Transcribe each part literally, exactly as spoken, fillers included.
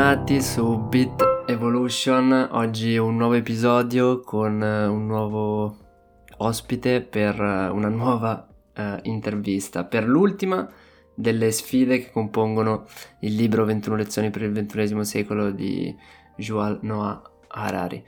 Bentornati su Beat Evolution, oggi un nuovo episodio con eh, un nuovo ospite per eh, una nuova eh, intervista, per l'ultima delle sfide che compongono il libro ventuno lezioni per il ventunesimo secolo di Yuval Noah Harari.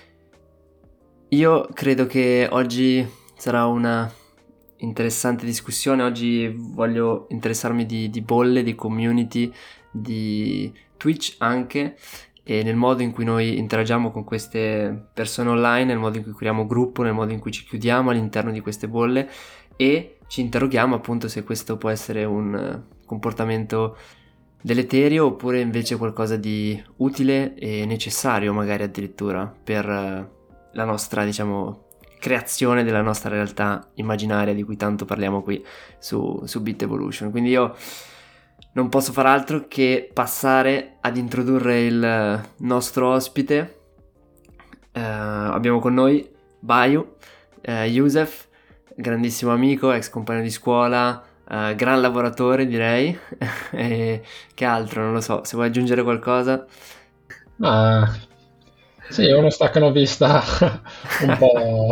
Io credo che oggi sarà una interessante discussione. Oggi voglio interessarmi di, di bolle, di community, di Twitch anche, e nel modo in cui noi interagiamo con queste persone online, nel modo in cui creiamo gruppo, nel modo in cui ci chiudiamo all'interno di queste bolle e ci interroghiamo appunto se questo può essere un uh, comportamento deleterio oppure invece qualcosa di utile e necessario, magari addirittura per uh, la nostra, diciamo, creazione della nostra realtà immaginaria di cui tanto parliamo qui su, su Beat Evolution. Quindi io non posso far altro che passare ad introdurre il nostro ospite. Uh, abbiamo con noi Bayu, uh, Youssef, grandissimo amico, ex compagno di scuola, uh, gran lavoratore direi. E che altro, non lo so, se vuoi aggiungere qualcosa. Ma sì, è uno staccanovista un po',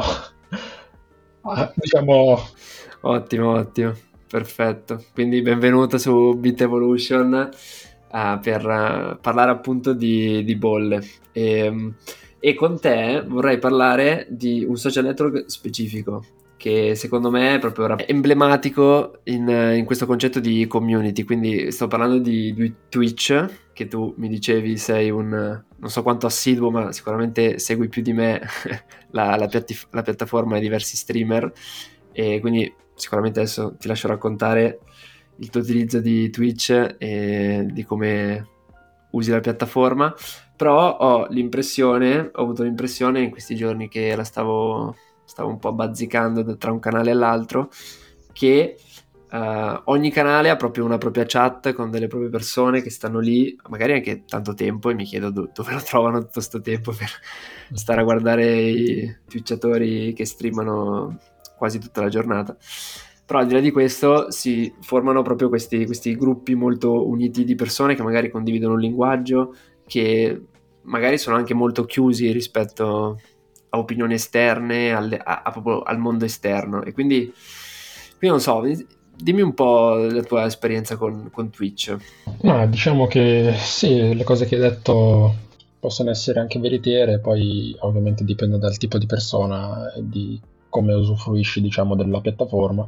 diciamo... Ottimo, ottimo. Perfetto, quindi benvenuto su Beat Evolution uh, per uh, parlare appunto di, di bolle e, e con te vorrei parlare di un social network specifico che secondo me è proprio emblematico in, in questo concetto di community, quindi sto parlando di, di Twitch, che tu mi dicevi sei un, non so quanto assiduo, ma sicuramente segui più di me la, la, piatti, la piattaforma e diversi streamer, e quindi sicuramente adesso ti lascio raccontare il tuo utilizzo di Twitch e di come usi la piattaforma, però ho l'impressione, ho avuto l'impressione in questi giorni che la stavo, stavo un po' bazzicando tra un canale e l'altro, che uh, ogni canale ha proprio una propria chat con delle proprie persone che stanno lì, magari anche tanto tempo, e mi chiedo do- dove lo trovano tutto questo tempo per stare a guardare i twitchatori che streamano quasi tutta la giornata. Però al di là di questo si formano proprio questi, questi gruppi molto uniti di persone che magari condividono un linguaggio, che magari sono anche molto chiusi rispetto a opinioni esterne, alle, a, a proprio al mondo esterno. E quindi, quindi non so, dimmi un po' la tua esperienza con, con Twitch. Ma diciamo che sì, le cose che hai detto possono essere anche veritiere, poi ovviamente dipende dal tipo di persona e di come usufruisci, diciamo, della piattaforma.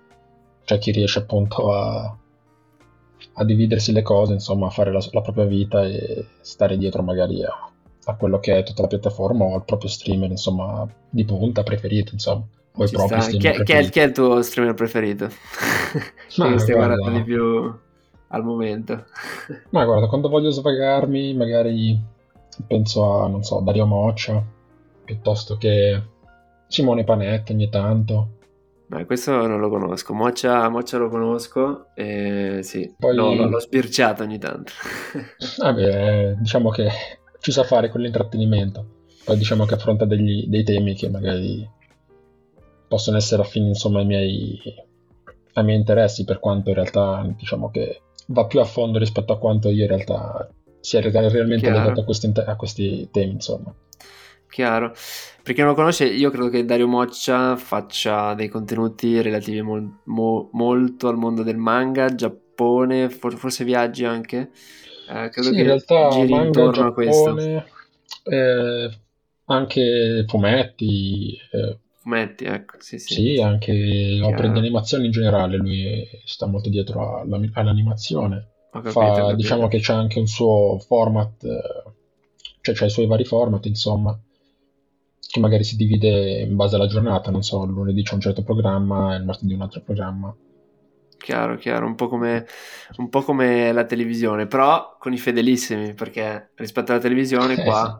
C'è chi riesce appunto a, a dividersi le cose, insomma, a fare la, la propria vita e stare dietro magari a, a quello che è tutta la piattaforma o al proprio streamer, insomma, di punta preferito, insomma, o i Ci propri sta. Chi streamer è, chi, è, preferiti. chi è il tuo streamer preferito? Chi Ma stai guardando di guarda, più al momento? ma guarda, quando voglio svagarmi, magari penso a, non so, Dario Moccia, piuttosto che Simone Panetti ogni tanto. Beh, questo non lo conosco. Moccia, Moccia lo conosco, e sì, no, l'ho, Poi, l'ho sbirciato ogni tanto. vabbè, diciamo che ci sa fare con l'intrattenimento. Poi diciamo che affronta degli, dei temi che magari possono essere affini, insomma, ai miei, ai miei interessi, per quanto in realtà, diciamo che va più a fondo rispetto a quanto io in realtà sia re- realmente legato Chiaro, a questi, a questi temi, insomma. chiaro. Per chi non lo conosce, io credo che Dario Moccia faccia dei contenuti relativi mol- mo- molto al mondo del manga, Giappone, for- forse viaggi anche. Eh, credo Sì, in che realtà giri manga, intorno a questo. Giappone, eh, anche fumetti, eh, Fumetti, ecco, sì, sì, sì, anche opere di chiaro. animazione in generale, lui sta molto dietro alla- all'animazione. Ho capito, ho Fa, diciamo capito. che c'è anche un suo format, eh, cioè c'è i suoi vari format, insomma, che magari si divide in base alla giornata, non so, il lunedì c'è un certo programma e il martedì un altro programma. Chiaro, chiaro, un po' come, un po' come la televisione, però con i fedelissimi, perché rispetto alla televisione Eh sì. qua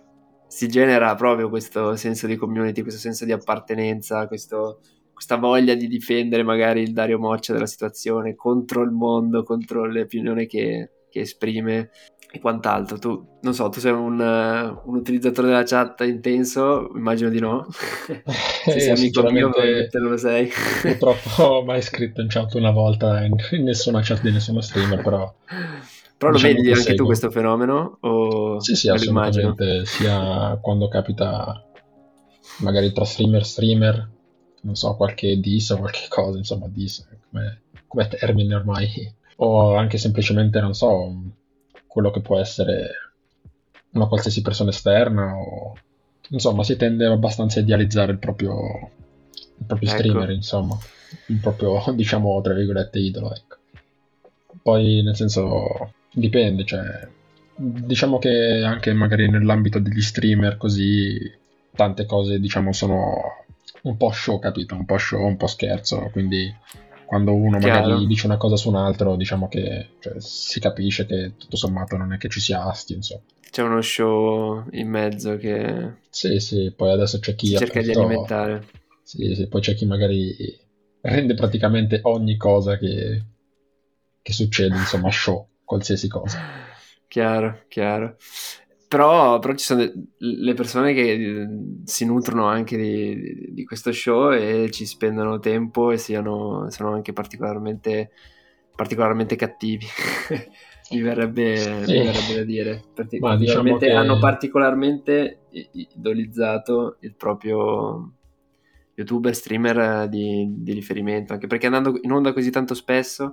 si genera proprio questo senso di community, questo senso di appartenenza, questo- questa voglia di difendere magari il Dario Moccia della situazione contro il mondo, contro le opinioni che, che esprime e quant'altro. Tu, non so, tu sei un, eh, un utilizzatore della chat intenso? Immagino di no. Se sei Io amico mio, sinceramente probabilmente non lo sei. purtroppo ho mai scritto in chat una volta in, in nessuna chat di nessuno streamer, però Però lo diciamo vedi che anche tu seguo. questo fenomeno o Sì, sì, me lo immagino? assolutamente, sia quando capita magari tra streamer e streamer, non so, qualche diss o qualche cosa, insomma, diss come, come termine ormai, o anche semplicemente, non so, quello che può essere una qualsiasi persona esterna, o insomma, si tende abbastanza a idealizzare il proprio, il proprio streamer, Ecco, insomma, il proprio, diciamo, tra virgolette, idolo, ecco. Poi, nel senso, dipende, cioè, diciamo che anche magari nell'ambito degli streamer così, tante cose, diciamo, sono un po' show, capito? Un po' show, un po' scherzo, quindi quando uno chiaro. magari dice una cosa su un altro, diciamo che cioè, si capisce che tutto sommato non è che ci sia asti, insomma. C'è uno show in mezzo che Sì, sì, poi adesso c'è si chi cerca di appunto, alimentare. sì, sì, poi c'è chi magari rende praticamente ogni cosa che, che succede, insomma, show, qualsiasi cosa. Chiaro, chiaro. Però, però ci sono de- le persone che eh, si nutrono anche di, di questo show e ci spendono tempo e siano, sono anche particolarmente, particolarmente cattivi. Mi verrebbe, mi Sì, verrebbe da dire. Parti- ma diciamo particolarmente, hanno che particolarmente i- idolizzato il proprio youtuber, streamer eh, di, di riferimento, anche perché andando in onda così tanto spesso,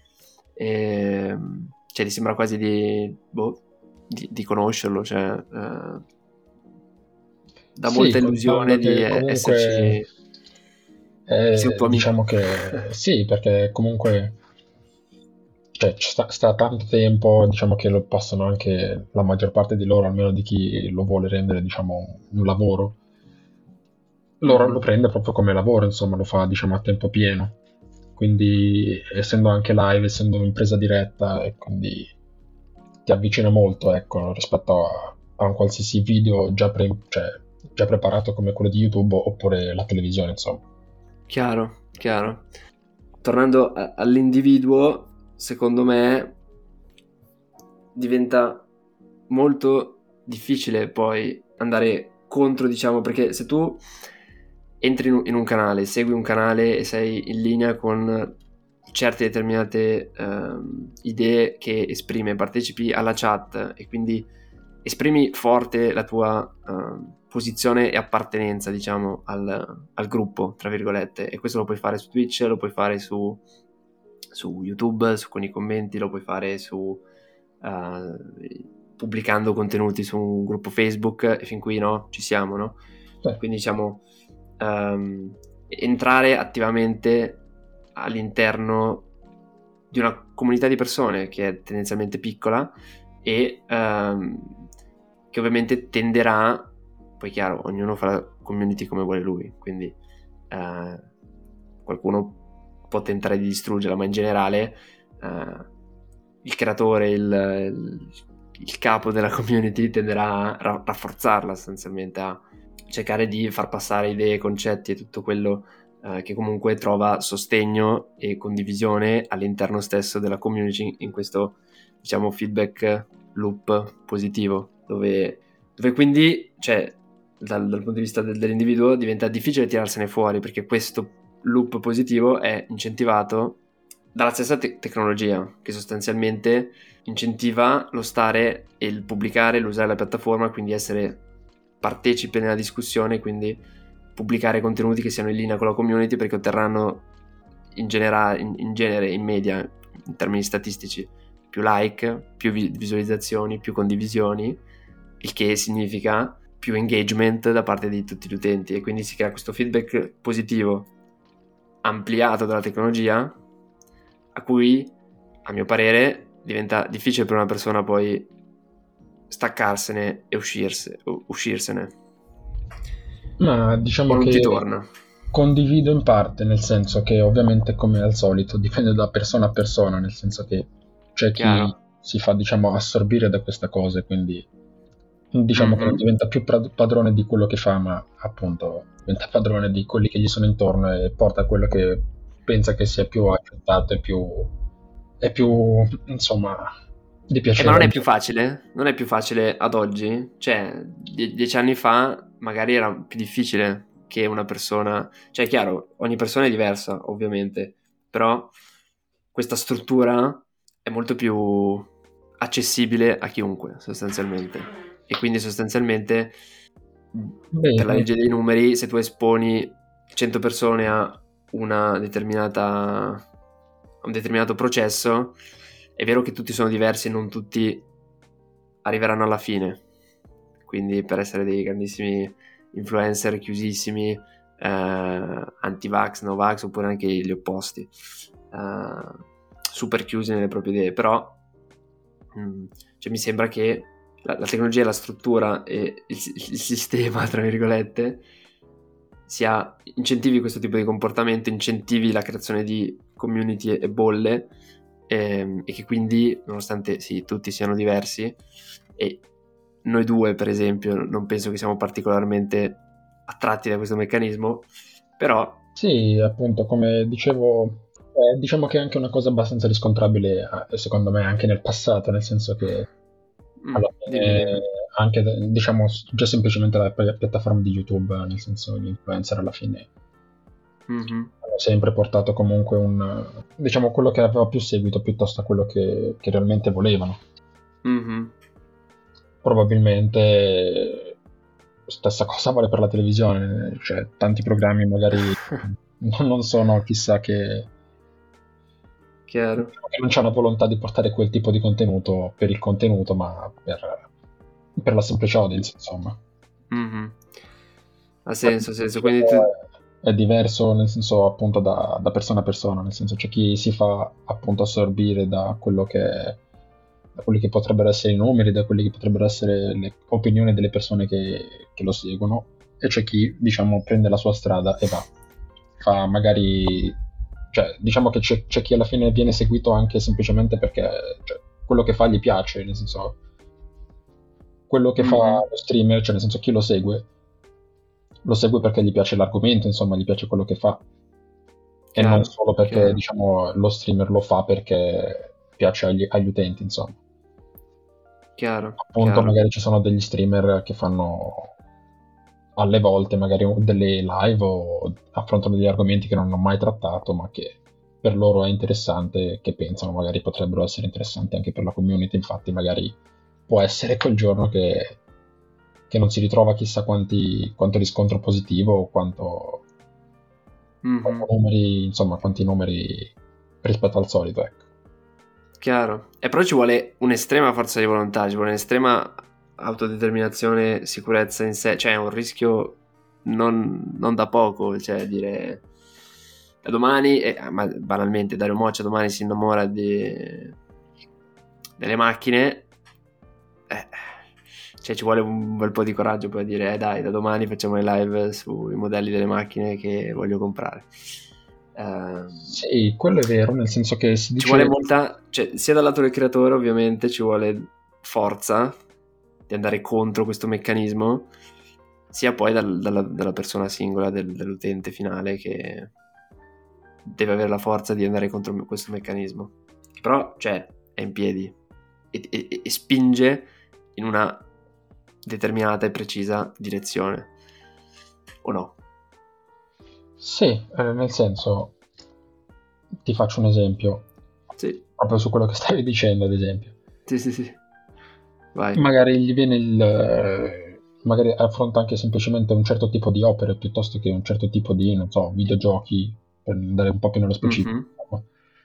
ehm, cioè ti sembra quasi di, boh, di, di conoscerlo, cioè eh, dà sì, molta illusione contando di che eh, comunque esserci, che sia un eh, tuo amico. diciamo che sì, perché comunque cioè, ci sta, sta tanto tempo, diciamo che lo passano anche la maggior parte di loro, almeno di chi lo vuole rendere, diciamo, un lavoro, lo, lo Mhm. prende proprio come lavoro, insomma, lo fa, diciamo, a tempo pieno. Quindi, essendo anche live, essendo impresa diretta, e quindi ti avvicina molto, ecco, rispetto a, a un qualsiasi video già, pre- cioè, già preparato come quello di YouTube oppure la televisione, insomma. Chiaro, chiaro. Tornando a- all'individuo, secondo me diventa molto difficile poi andare contro, diciamo, perché se tu entri in un, in un canale, segui un canale e sei in linea con certe determinate ehm, idee che esprime, partecipi alla chat e quindi esprimi forte la tua ehm, posizione e appartenenza, diciamo, al, al gruppo, tra virgolette, e questo lo puoi fare su Twitch, lo puoi fare su, su YouTube, su, con i commenti, lo puoi fare su eh, pubblicando contenuti su un gruppo Facebook e fin qui no, ci siamo, no? Sì. Quindi diciamo ehm, entrare attivamente all'interno di una comunità di persone che è tendenzialmente piccola e ehm, che ovviamente tenderà, poi chiaro, ognuno fa la community come vuole lui, quindi eh, qualcuno può tentare di distruggerla, ma in generale eh, il creatore, il, il, il capo della community tenderà a ra- rafforzarla sostanzialmente, a cercare di far passare idee, concetti e tutto quello eh, che comunque trova sostegno e condivisione all'interno stesso della community in questo, diciamo, feedback loop positivo, dove, dove quindi, cioè, dal, dal punto di vista del, dell'individuo diventa difficile tirarsene fuori perché questo loop positivo è incentivato dalla stessa te- tecnologia che sostanzialmente incentiva lo stare e il pubblicare, l'usare la piattaforma, quindi essere partecipe nella discussione, quindi pubblicare contenuti che siano in linea con la community perché otterranno in, genera- in, in genere, in media, in termini statistici, più like, più vi- visualizzazioni, più condivisioni, il che significa più engagement da parte di tutti gli utenti e quindi si crea questo feedback positivo ampliato dalla tecnologia a cui, a mio parere, diventa difficile per una persona poi staccarsene e uscirse, uscirsene Ma o diciamo non ti che torna. condivido in parte, nel senso che ovviamente come al solito dipende da persona a persona, nel senso che c'è chi Chiaro? si fa diciamo assorbire da queste cose, quindi diciamo che non Mhm. diventa più pra- padrone di quello che fa, ma appunto diventa padrone di quelli che gli sono intorno e porta quello che pensa che sia più accettato e più, e più insomma di Eh, ma non è piacere. più facile? Non è più facile ad oggi? Cioè, die- dieci anni fa magari era più difficile che una persona... Cioè, è chiaro, ogni persona è diversa, ovviamente, però questa struttura è molto più accessibile a chiunque sostanzialmente, e quindi sostanzialmente Beh, per la legge dei numeri, se tu esponi cento persone a una determinata a un determinato processo, è vero che tutti sono diversi e non tutti arriveranno alla fine, quindi per essere dei grandissimi influencer chiusissimi, eh, anti-vax, no-vax, oppure anche gli opposti, eh, super chiusi nelle proprie idee, però mh, cioè, mi sembra che la, la tecnologia, la struttura e il, il sistema, tra virgolette, sia incentivi questo tipo di comportamento, incentivi la creazione di community e bolle, ehm, e che quindi, nonostante sì, tutti siano diversi, e noi due per esempio non penso che siamo particolarmente attratti da questo meccanismo, però sì, appunto, come dicevo, eh, diciamo che è anche una cosa abbastanza riscontrabile, eh, secondo me, anche nel passato, nel senso che mm, alla dimmi, fine, dimmi. anche, diciamo, già semplicemente la pi- piattaforma di YouTube, nel senso gli influencer alla fine Mhm, hanno sempre portato comunque un, diciamo, quello che aveva più seguito piuttosto a quello che, che realmente volevano. mhm. Probabilmente stessa cosa vale per la televisione, cioè tanti programmi magari non non sono chissà che, Chiaro. diciamo che non c'è una volontà di portare quel tipo di contenuto per il contenuto, ma per, per la semplice audience, insomma. Mhm. Ha Poi, senso, ha senso, quindi dicevo, tu... è, è diverso nel senso appunto da, da persona a persona, nel senso c'è chi si fa appunto assorbire da quello che da quelli che potrebbero essere i numeri, da quelli che potrebbero essere le opinioni delle persone che, che lo seguono, e c'è chi diciamo prende la sua strada e va. Fa magari, cioè diciamo che c'è, c'è chi alla fine viene seguito anche semplicemente perché cioè, quello che fa gli piace, nel senso quello che fa Mhm. lo streamer, cioè nel senso chi lo segue lo segue perché gli piace l'argomento, insomma, gli piace quello che fa, e non Chiaro, solo perché, chiaro, diciamo, lo streamer lo fa perché piace agli, agli utenti, insomma. chiaro, Appunto, chiaro. magari ci sono degli streamer che fanno alle volte magari delle live o affrontano degli argomenti che non hanno mai trattato, ma che per loro è interessante, che pensano magari potrebbero essere interessanti anche per la community. Infatti, magari può essere quel giorno che, che non si ritrova chissà quanti, quanto riscontro positivo o quanto, quanto Mhm. numeri, insomma, quanti numeri rispetto al solito, ecco. Chiaro. E però ci vuole un'estrema forza di volontà, ci vuole un'estrema autodeterminazione, sicurezza in sé, cioè è un rischio non, non da poco, cioè dire da domani, eh, ma banalmente Dario Moccia domani si innamora di- delle macchine, eh, cioè ci vuole un bel po' di coraggio per dire, eh dai, da domani facciamo le live sui modelli delle macchine che voglio comprare. Ehm, Sì, quello è vero, nel senso che si Ci vuole dice. molta, cioè, sia dal lato del creatore ovviamente ci vuole forza di andare contro questo meccanismo, sia poi dal- dalla, dalla persona singola, del- dell'utente finale, che deve avere la forza di andare contro questo meccanismo. Che però, cioè, è in piedi e, e- e spinge in una determinata e precisa direzione. O no? Sì, eh, nel senso, ti faccio un esempio, Sì, proprio su quello che stavi dicendo, ad esempio. sì, sì, sì. Vai. Magari gli viene il. eh, Magari affronta anche semplicemente un certo tipo di opere piuttosto che un certo tipo di, non so, videogiochi, per andare un po' più nello specifico. Mhm. Insomma.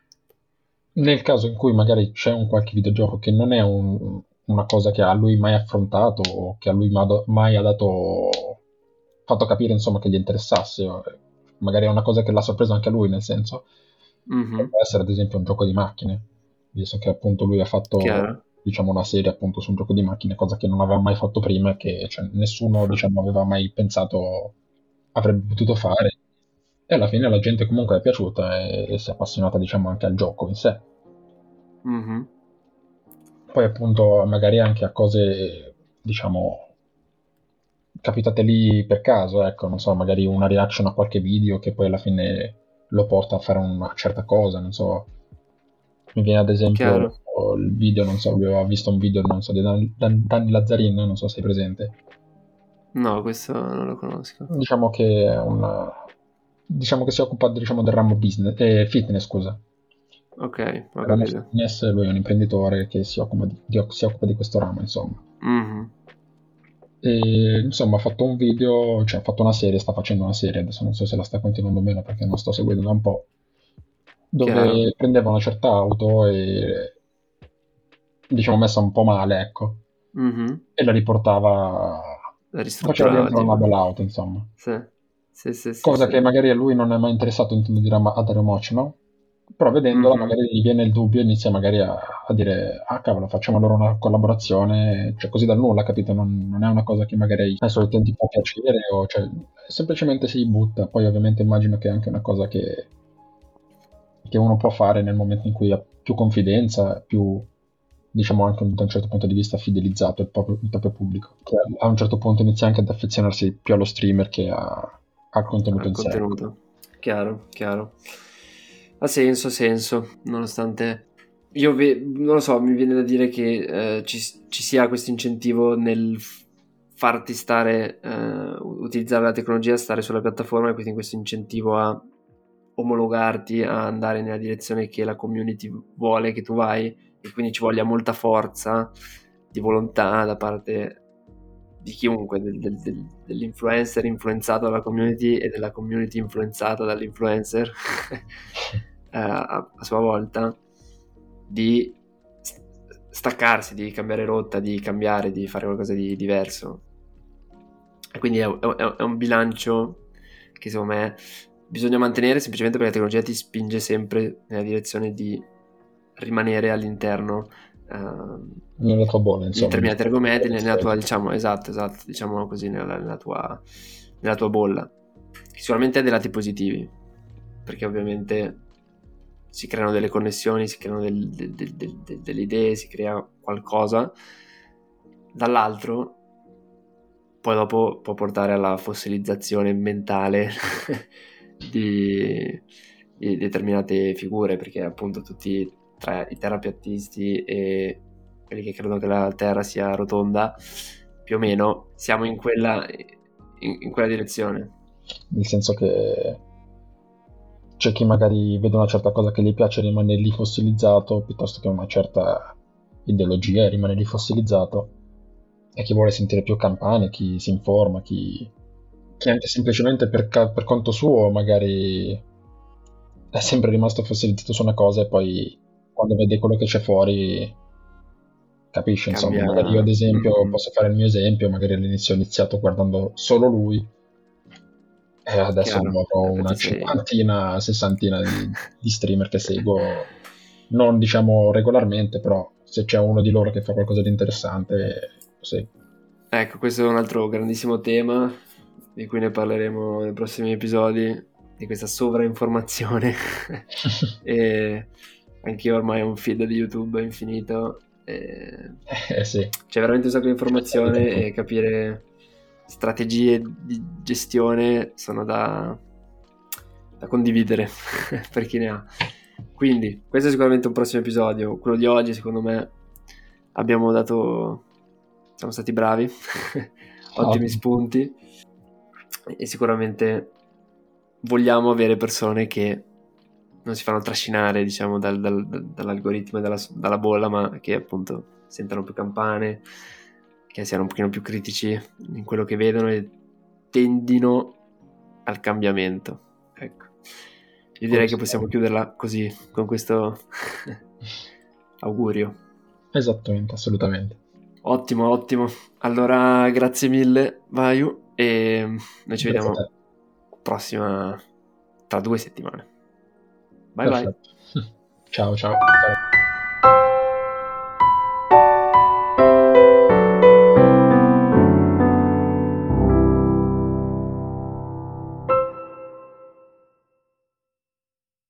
Nel caso in cui magari c'è un qualche videogioco che non è un- una cosa che a lui mai affrontato o che a lui ma- mai ha dato, fatto capire insomma che gli interessasse, o- magari è una cosa che l'ha sorpreso anche a lui, nel senso, Mhm. può essere ad esempio un gioco di macchine, visto che appunto lui ha fatto Chiaro? diciamo una serie appunto su un gioco di macchine, cosa che non aveva mai fatto prima e che cioè, nessuno diciamo aveva mai pensato avrebbe potuto fare, e alla fine la gente comunque è piaciuta e, e si è appassionata diciamo anche al gioco in sé. Mhm. Poi appunto magari anche a cose, diciamo, capitate lì per caso, ecco, non so, magari una reaction a qualche video che poi alla fine lo porta a fare una certa cosa, non so. Mi viene ad esempio Chiaro? il video, non so, avevo visto un video, non so, di Dan- Dan- Danny Lazzarin, non so se sei presente. No, questo non lo conosco. Diciamo che è un, diciamo che si occupa, diciamo, del ramo business, eh, fitness, scusa. Ok, ho Eravamo capito. fitness, lui è un imprenditore che si occupa di, di- si occupa di questo ramo, insomma. Mhm. E insomma ha fatto un video, cioè ha fatto una serie, sta facendo una serie, adesso non so se la sta continuando o meno perché non sto seguendo da un po', Chiaro. dove prendeva una certa auto e diciamo messa un po' male, ecco, Mhm. e la riportava, La la faceva ristrutturava, diventare una tipo. bella auto, insomma. Sì, sì, sì, sì, Cosa sì. che magari a lui non è mai interessato, intendo dire, a Ma- ad Aeromotion, no? Però vedendola Mhm. magari gli viene il dubbio e inizia magari a, a dire, ah cavolo, facciamo allora una collaborazione, cioè così dal nulla, capito? Non, non è una cosa che magari ai soliti ti può piacere, o cioè, semplicemente si butta. Poi ovviamente immagino che è anche una cosa che, che uno può fare nel momento in cui ha più confidenza, più, diciamo anche da un certo punto di vista fidelizzato il proprio, il proprio pubblico, che a un certo punto inizia anche ad affezionarsi più allo streamer che a- al contenuto Al in sé. Ecco. contenuto. Chiaro, chiaro. Ha senso, ha senso, nonostante io ve- non lo so, mi viene da dire che eh, ci, ci sia questo incentivo nel f- farti stare, eh, utilizzare la tecnologia, stare sulla piattaforma, e quindi questo incentivo a omologarti, a andare nella direzione che la community vuole che tu vai, e quindi ci voglia molta forza di volontà da parte di chiunque, del- del- del- dell'influencer influenzato dalla community e della community influenzata dall'influencer eh, a, a sua volta, di st- staccarsi, di cambiare rotta, di cambiare, di fare qualcosa di diverso. E quindi è, è- è un bilancio che secondo me bisogna mantenere, semplicemente perché la tecnologia ti spinge sempre nella direzione di rimanere all'interno ehm, Nella tua bolla, di insomma, determinati argomenti nella tua, nel- diciamo, esatto, esatto, diciamo così, nella, nella tua, nella tua bolla, che sicuramente ha dei lati positivi, perché ovviamente si creano delle connessioni, si creano del- del- del- del- del- delle idee, si crea qualcosa. Dall'altro poi dopo può portare alla fossilizzazione mentale di, di determinate figure, perché appunto tutti tra i terapiattisti e quelli che credono che la Terra sia rotonda, più o meno siamo in quella, in, in quella direzione. nel senso che c'è chi magari vede una certa cosa che gli piace e rimane lì fossilizzato, piuttosto che una certa ideologia e rimane lì fossilizzato, e chi vuole sentire più campane, chi si informa, chi, chi anche semplicemente per, ca- per conto suo magari è sempre rimasto fossilizzato su una cosa e poi quando vede quello che c'è fuori capisce, insomma. Cambia. Magari io ad esempio Mhm. posso fare il mio esempio, magari all'inizio ho iniziato guardando solo lui e adesso Chiaro, avrò e poi una ti sei. cinquantina, sessantina di, di streamer che seguo, non diciamo regolarmente, però se c'è uno di loro che fa qualcosa di interessante, lo seguo. Ecco, questo è un altro grandissimo tema di cui ne parleremo nei prossimi episodi, di questa sovrainformazione. E anch'io ormai ho un feed di YouTube infinito. E Eh sì, c'è veramente un sacco di ci sta vita un informazione, po'. e capire strategie di gestione sono da, da condividere per chi ne ha. Quindi, questo è sicuramente un prossimo episodio. Quello di oggi, secondo me, abbiamo dato, siamo stati bravi, ottimi Ottimo. spunti, e sicuramente vogliamo avere persone che non si fanno trascinare, diciamo, dal- dal- dal- dall'algoritmo e dalla, dalla bolla, ma che appunto sentano più campane, che siano un pochino più critici in quello che vedono e tendino al cambiamento. Ecco, io direi che possiamo Corrisponde. chiuderla così, con questo augurio. Esattamente, assolutamente. Ottimo, ottimo. Allora, grazie mille, Vaiu, e noi ci Grazie a vediamo te. prossima tra due settimane. Bye bye. Perfetto. Ciao, ciao.